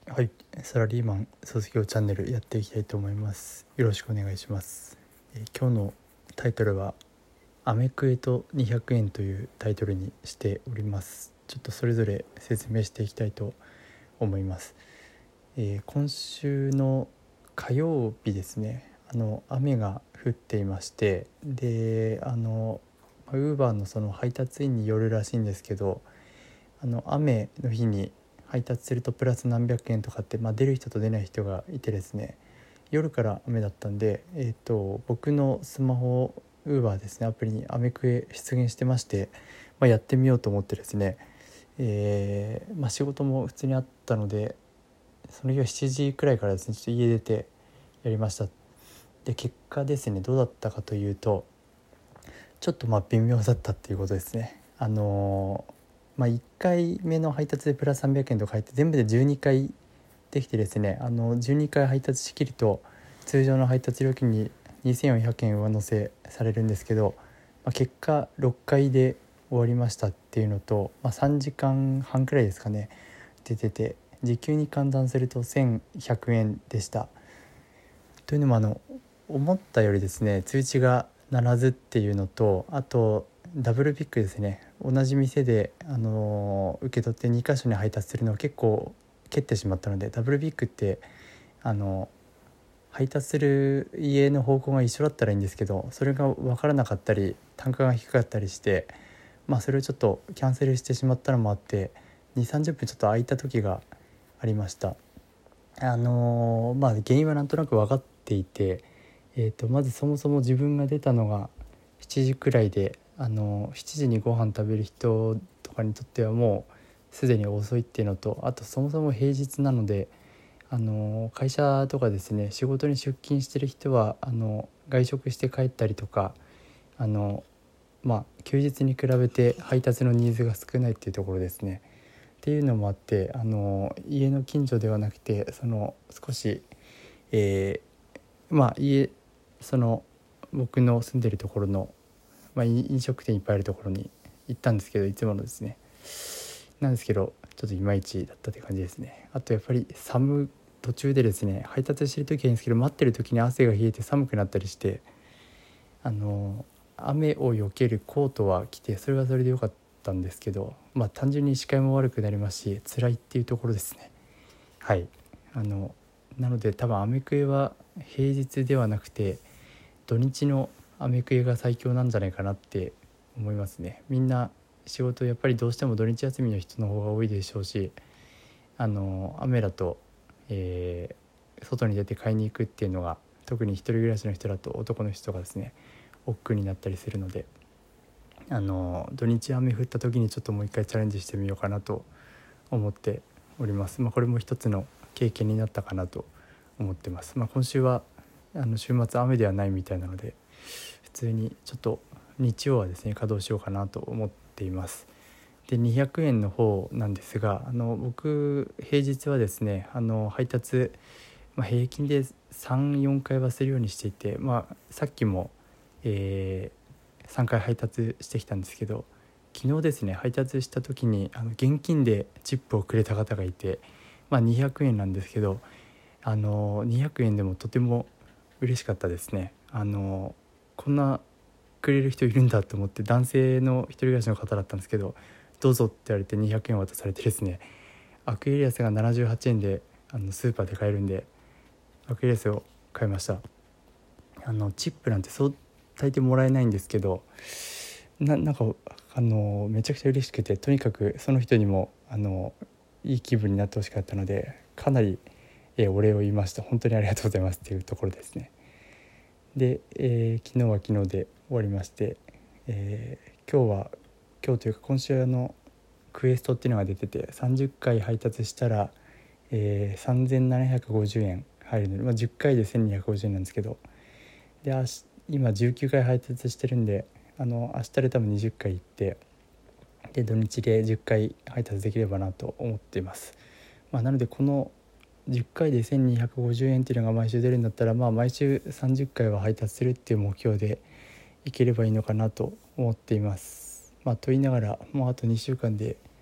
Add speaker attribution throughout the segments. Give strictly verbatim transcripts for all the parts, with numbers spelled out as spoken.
Speaker 1: はい、サラリーマン卒業チャンネルやっていきたいと思います。よろしくお願いします。えー今日のタイトルはアメクエとにひゃくえんというタイトルにしております。ちょっとそれぞれ説明していきたいと思います。えー今週の火曜日ですね、あの雨が降っていまして、であのウーバーのその配達員によるらしいんですけど、あの雨の日に配達するとプラス何百円とかって、まあ、出る人と出ない人がいてですね、夜から雨だったんで、えー、と僕のスマホウーバーですね、アプリにアメクエ出現してまして、まあ、やってみようと思ってですね、えーまあ、仕事も普通にあったので、その日はしちじくらいからですね、ちょっと家出てやりました。で結果ですね、どうだったかというと、ちょっとまあ微妙だったっていうことですね。あのーまあ、いっかいめの配達でプラスさんびゃくえんとか入って全部でじゅうにかいできてですね、あのじゅうにかい配達しきると通常の配達料金ににせんよんひゃくえん上乗せされるんですけど、まあ、結果ろっかいで終わりましたっていうのと、まあ、さんじかんはんくらいですかね、出てて、時給に換算するとせんひゃくえんでした。というのも、あの思ったよりですね、通知が鳴らずっていうのと、あとダブルピックですね、同じ店で、あの受け取ってに箇所に配達するのを結構蹴ってしまったので、ダブルピックってあの配達する家の方向が一緒だったらいいんですけど、それが分からなかったり単価が低かったりして、まあそれをちょっとキャンセルしてしまったのもあって、にじゅうさんじゅっぷんちょっと空いた時がありました。あのまあ原因はなんとなく分かっていて、えー、とまずそもそも自分が出たのがしちじくらいで、あのしちじにご飯食べる人とかにとってはもうすでに遅いっていうのと、あとそもそも平日なので、あの会社とかですね、仕事に出勤してる人はあの外食して帰ったりとか、あのまあ休日に比べて配達のニーズが少ないっていうところですね。っていうのもあって、あの家の近所ではなくて、その少し、えーまあ家その僕の住んでるところの、まあ、飲食店いっぱいあるところに行ったんですけど、いつものですね、なんですけどちょっといまいちだったって感じですね。あとやっぱり寒途中でですね、配達してる時はいいんですけど、待ってる時に汗が冷えて寒くなったりして、あの雨を避けるコートは着て、それはそれで良かったんですけど、まあ単純に視界も悪くなりますし辛いっていうところですね。はい。あのなので多分アメクエは平日ではなくて土日のアメクエが最強なんじゃないかなって思いますね。みんな仕事やっぱりどうしても土日休みの人の方が多いでしょうし、あの雨だと、えー外に出て買いに行くっていうのが、特に一人暮らしの人だと男の人がですね億劫になったりするので、あの土日雨降った時にちょっともう一回チャレンジしてみようかなと思っております。まあ、これも一つの経験になったかなと思ってます。まあ、今週はあの週末雨ではないみたいなので、普通にちょっと日曜はですね稼働しようかなと思っています。でにひゃくえんの方なんですが、あの僕平日はですね、あの配達、まあ、平均でさん、よんかいはするようにしていて、まあ、さっきも、えー、さんかい配達してきたんですけど、昨日ですね配達した時にあの現金でチップをくれた方がいて、まあ、にひゃくえんなんですけど、あのにひゃくえんでもとても嬉しかったですね。あのこんなくれる人いるんだと思って、男性の一人暮らしの方だったんですけど、どうぞって言われてにひゃくえん渡されてですね、アクエリアスがななじゅうはちえんであのスーパーで買えるんでアクエリアスを買いました。あのチップなんてそう大抵もらえないんですけど、ななんかあのめちゃくちゃ嬉しくて、とにかくその人にもあのいい気分になってほしかったので、かなり、えーお礼を言いました。本当にありがとうございますっていうところですね。で、えー昨日は昨日で終わりまして、えー今日は今日というか今週のクエストっていうのが出てて、さんじゅっかい配達したら、えー、さんぜんななひゃくごじゅうえん入るので、まあ、じゅっかいでせんにひゃくごじゅうえんなんですけど、で明日今じゅうきゅうかい配達してるんで、あの明日で多分にじゅっかい行って、で土日でじゅっかい配達できればなと思っています。まあ、なのでこのじゅっかいでせんにひゃくごじゅうえんっていうのが毎週出るんだったら、まあ毎週さんじゅっかいは配達するっていう目標でいければいいのかなと思っています。まあ、と言いながらもうあとにしゅうかんで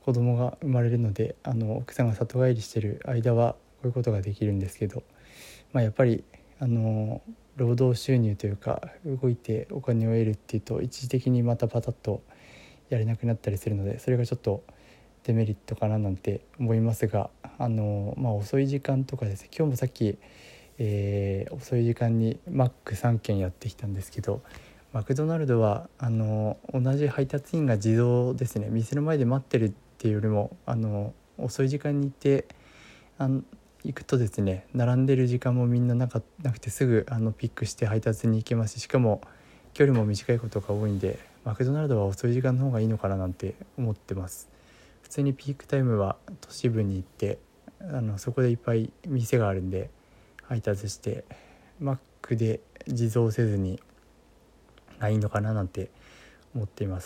Speaker 1: 子供が生まれるので、あの奥さんが里帰りしてる間はこういうことができるんですけど、まあ、やっぱりあの労働収入というか動いてお金を得るっていうと一時的にまたパタッとやれなくなったりするので、それがちょっとデメリットかななんて思いますが、あの、まあ、遅い時間とかですね、今日もさっき、えー遅い時間にマックさんけんやってきたんですけど、マクドナルドはあの同じ配達員が自動ですね、店の前で待ってるっていうよりも、あの遅い時間に行ってあの行くとですね、並んでる時間もみんななかなくてすぐあのピックして配達に行けますし、しかも距離も短いことが多いんで、マクドナルドは遅い時間の方がいいのかななんて思ってます。普通にピークタイムは都市部に行って、あのそこでいっぱい店があるんで配達して、マックで自動せずにいいのかななんて思っています。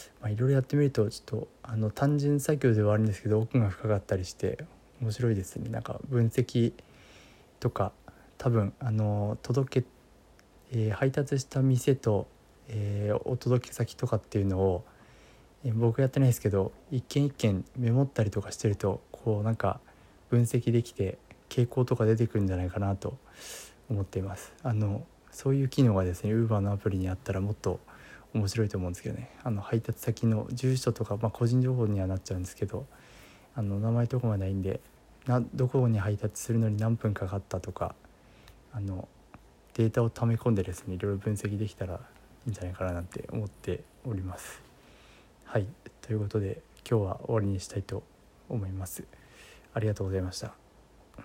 Speaker 1: まあ、いろいろやってみるとちょっとあの単純作業ではあるんですけど、奥が深かったりして面白いですね。なんか分析とか、多分あの届け、えー配達した店と、えーお届け先とかっていうのを、えー僕やってないですけど、一件一件メモったりとかしてると、こうなんか分析できて傾向とか出てくるんじゃないかなと思っています。あのそういう機能がですね Uber のアプリにあったらもっと面白いと思うんですけどね。あの配達先の住所とか、まあ、個人情報にはなっちゃうんですけど、あの名前とかがないんで、などこに配達するのに何分かかったとか、あのデータを溜め込んでですね、いろいろ分析できたらいいんじゃないかななんて思っております。はい、ということで今日は終わりにしたいと思います。ありがとうございました。